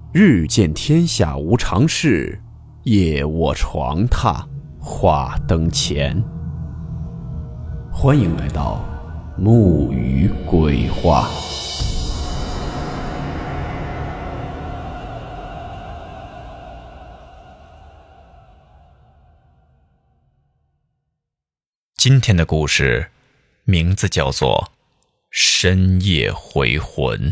日见天下无常事，夜卧床榻话灯前。欢迎来到木鱼鬼话。 今天的故事名字叫做深夜回魂。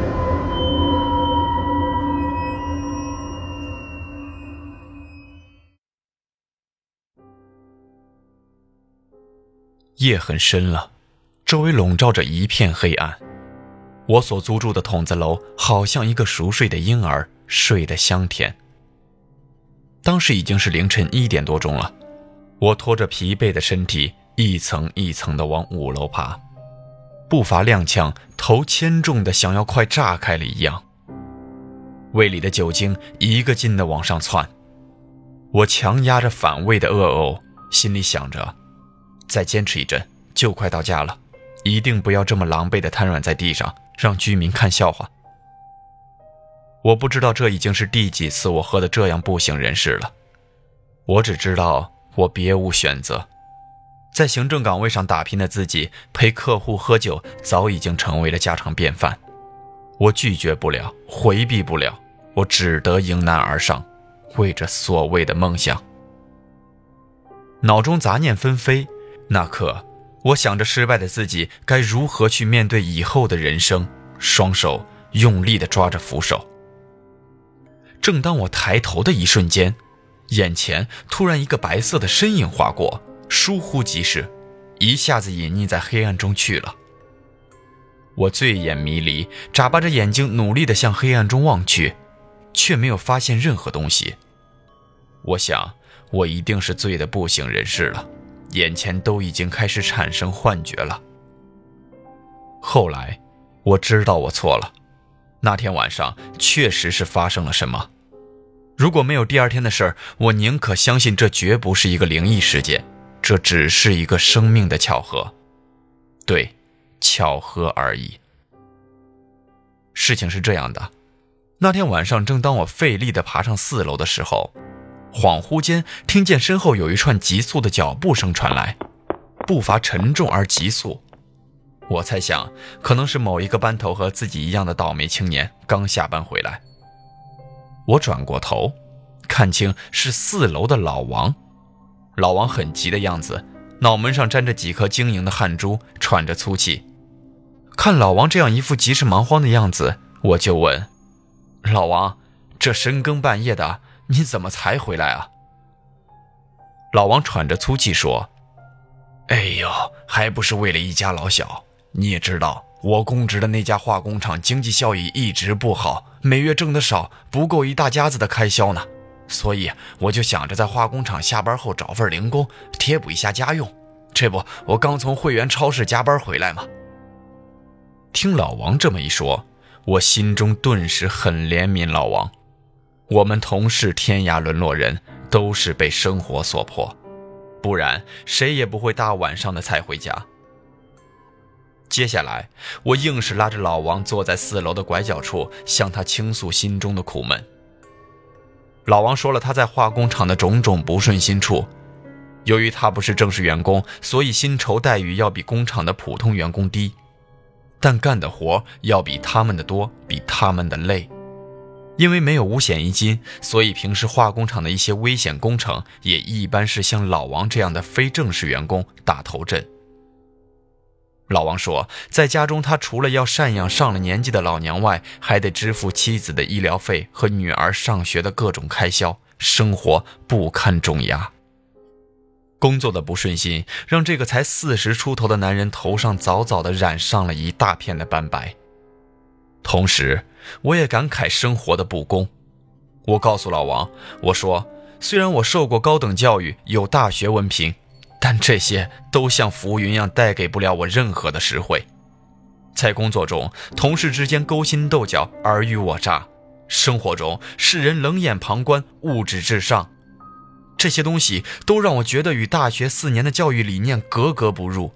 夜很深了，周围笼罩着一片黑暗。我所租住的筒子楼好像一个熟睡的婴儿，睡得香甜。当时已经是凌晨1点多钟了，我拖着疲惫的身体一层一层地往5楼爬，步伐踉跄，头牵重的想要快炸开了一样。胃里的酒精一个劲地往上窜，我强压着反胃的恶呕，心里想着再坚持一阵就快到家了，一定不要这么狼狈地瘫软在地上，让居民看笑话。我不知道这已经是第几次我喝得这样不省人事了，我只知道我别无选择。在行政岗位上打拼的自己，陪客户喝酒早已经成为了家常便饭。我拒绝不了，回避不了，我只得迎难而上，为着所谓的梦想。脑中杂念纷飞，那刻我想着失败的自己该如何去面对以后的人生，双手用力地抓着扶手。正当我抬头的一瞬间，眼前突然一个白色的身影划过，疏忽即逝，一下子隐匿在黑暗中去了。我醉眼迷离，眨巴着眼睛努力地向黑暗中望去，却没有发现任何东西。我想我一定是醉得不省人事了，眼前都已经开始产生幻觉了。后来我知道我错了，那天晚上确实是发生了什么。如果没有第二天的事儿，我宁可相信这绝不是一个灵异事件，这只是一个生命的巧合。对，巧合而已。事情是这样的，那天晚上正当我费力地爬上4楼的时候，恍惚间听见身后有一串急促的脚步声传来，步伐沉重而急促。我猜想可能是某一个班头和自己一样的倒霉青年刚下班回来。我转过头，看清是4楼的老王。老王很急的样子，脑门上沾着几颗晶莹的汗珠，喘着粗气。看老王这样一副急事忙慌的样子，我就问：老王，这深更半夜的，你怎么才回来啊？老王喘着粗气说：哎呦，还不是为了一家老小，你也知道我供职的那家化工厂经济效益一直不好，每月挣得少，不够一大家子的开销呢，所以我就想着在化工厂下班后找份零工，贴补一下家用。这不，我刚从汇源超市加班回来嘛。听老王这么一说，我心中顿时很怜悯老王。我们同是天涯沦落人，都是被生活所迫，不然谁也不会大晚上的才回家。接下来我硬是拉着老王坐在4楼的拐角处，向他倾诉心中的苦闷。老王说了他在化工厂的种种不顺心处，由于他不是正式员工，所以薪酬待遇要比工厂的普通员工低，但干的活要比他们的多，比他们的累。因为没有五险一金，所以平时化工厂的一些危险工程也一般是像老王这样的非正式员工打头阵。老王说，在家中他除了要赡养上了年纪的老娘外，还得支付妻子的医疗费和女儿上学的各种开销，生活不堪重压。工作的不顺心让这个才40出头的男人头上早早地染上了一大片的斑白。同时我也感慨生活的不公。我告诉老王，我说虽然我受过高等教育，有大学文凭，但这些都像浮云一样带给不了我任何的实惠。在工作中，同事之间勾心斗角，尔虞我诈；生活中，世人冷眼旁观，物质至上。这些东西都让我觉得与大学4年的教育理念格格不入。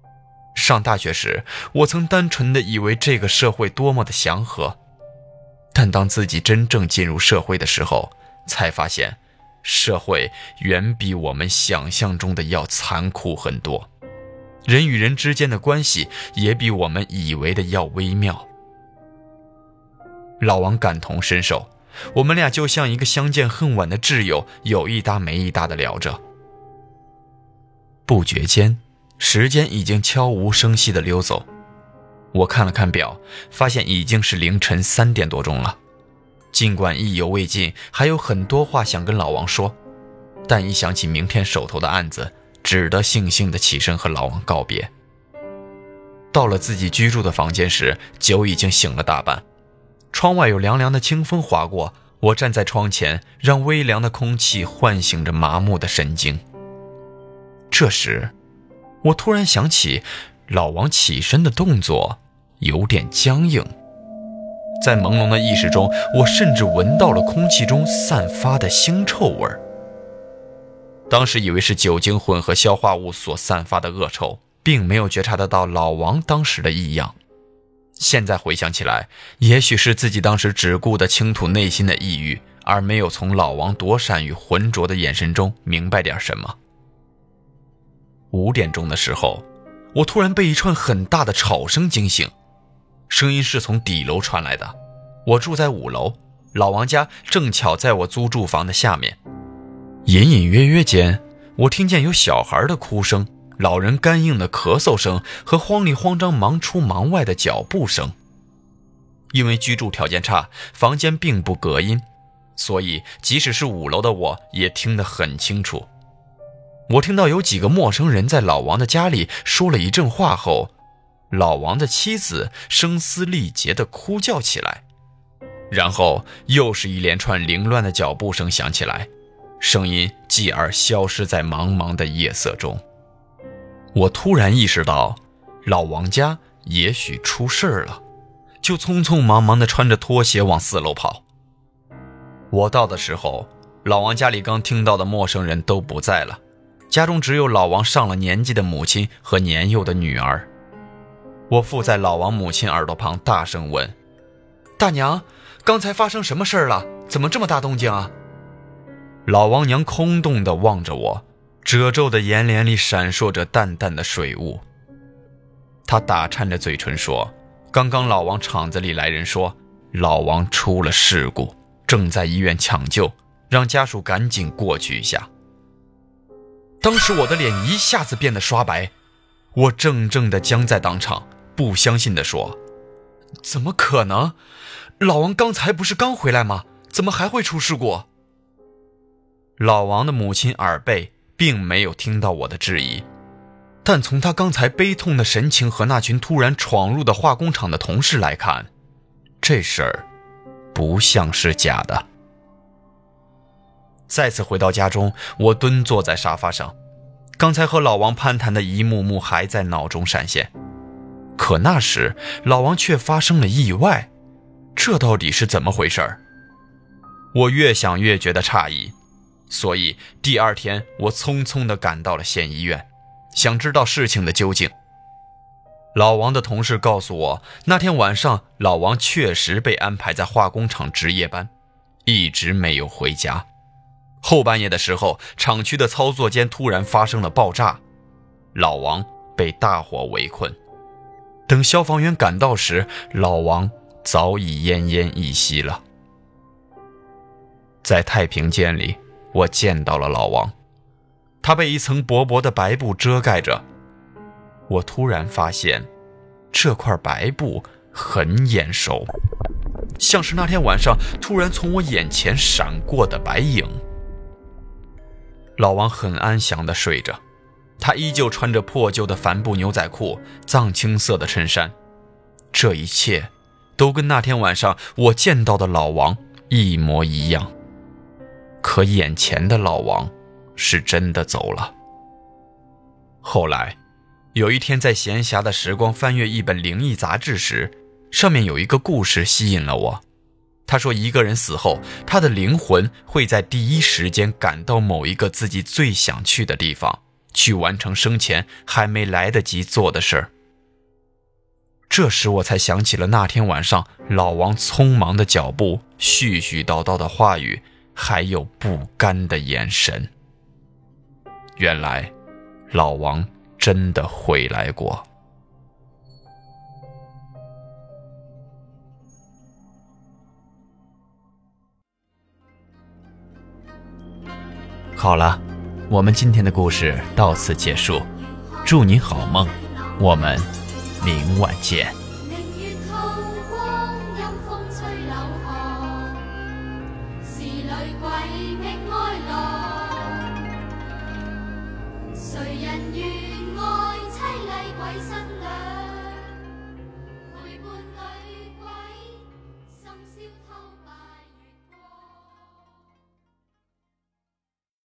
上大学时，我曾单纯地以为这个社会多么的祥和， 但当自己真正进入社会的时候，才发现社会远比我们想象中的要残酷很多，人与人之间的关系也比我们以为的要微妙。老王感同身受，我们俩就像一个相见恨晚的挚友，有一搭没一搭地聊着。不觉间，时间已经悄无声息地溜走。我看了看表，发现已经是凌晨3点多钟了。尽管意犹未尽，还有很多话想跟老王说，但一想起明天手头的案子，只得悻悻地起身和老王告别。到了自己居住的房间时，酒已经醒了大半。窗外有凉凉的清风划过，我站在窗前，让微凉的空气唤醒着麻木的神经。这时，我突然想起，老王起身的动作有点僵硬。在朦胧的意识中，我甚至闻到了空气中散发的腥臭味儿。当时以为是酒精混合消化物所散发的恶臭，并没有觉察得到老王当时的异样。现在回想起来，也许是自己当时只顾得倾吐内心的抑郁，而没有从老王躲闪与浑浊的眼神中明白点什么。5点钟的时候，我突然被一串很大的吵声惊醒，声音是从底楼传来的。我住在5楼，老王家正巧在我租住房的下面。隐隐约约间，我听见有小孩的哭声，老人干硬的咳嗽声和慌里慌张忙出忙外的脚步声。因为居住条件差，房间并不隔音，所以即使是5楼的我也听得很清楚。我听到有几个陌生人在老王的家里说了一阵话后，老王的妻子声嘶力竭地哭叫起来，然后又是一连串凌乱的脚步声响起来，声音继而消失在茫茫的夜色中。我突然意识到老王家也许出事了，就匆匆忙忙地穿着拖鞋往4楼跑。我到的时候，老王家里刚听到的陌生人都不在了，家中只有老王上了年纪的母亲和年幼的女儿。我附在老王母亲耳朵旁大声问：大娘，刚才发生什么事儿了？怎么这么大动静啊？老王娘空洞地望着我，褶皱的眼帘里闪烁着淡淡的水雾。她打颤着嘴唇说，刚刚老王厂子里来人说，老王出了事故，正在医院抢救，让家属赶紧过去一下。当时我的脸一下子变得刷白，我怔怔地僵在当场，不相信地说：怎么可能？老王刚才不是刚回来吗？怎么还会出事故？老王的母亲耳背，并没有听到我的质疑，但从他刚才悲痛的神情和那群突然闯入的化工厂的同事来看，这事儿不像是假的。再次回到家中，我蹲坐在沙发上，刚才和老王攀谈的一幕幕还在脑中闪现。可那时老王却发生了意外，这到底是怎么回事？我越想越觉得诧异，所以第2天我匆匆地赶到了县医院，想知道事情的究竟。老王的同事告诉我，那天晚上老王确实被安排在化工厂值夜班，一直没有回家。后半夜的时候，厂区的操作间突然发生了爆炸，老王被大火围困。等消防员赶到时，老王早已奄奄一息了。在太平间里，我见到了老王，他被一层薄薄的白布遮盖着。我突然发现，这块白布很眼熟，像是那天晚上突然从我眼前闪过的白影。老王很安详地睡着，他依旧穿着破旧的帆布牛仔裤，藏青色的衬衫。这一切都跟那天晚上我见到的老王一模一样。可眼前的老王是真的走了。后来有一天在闲暇的时光翻阅一本灵异杂志时，上面有一个故事吸引了我。他说一个人死后，他的灵魂会在第一时间赶到某一个自己最想去的地方，去完成生前还没来得及做的事儿。 这时我才想起了那天晚上老王匆忙的脚步、絮絮叨叨的话语，还有不甘的眼神。原来老王真的回来过。好了，我们今天的故事到此结束，祝您好梦，我们明晚见。 谁人愿爱凄厉鬼身？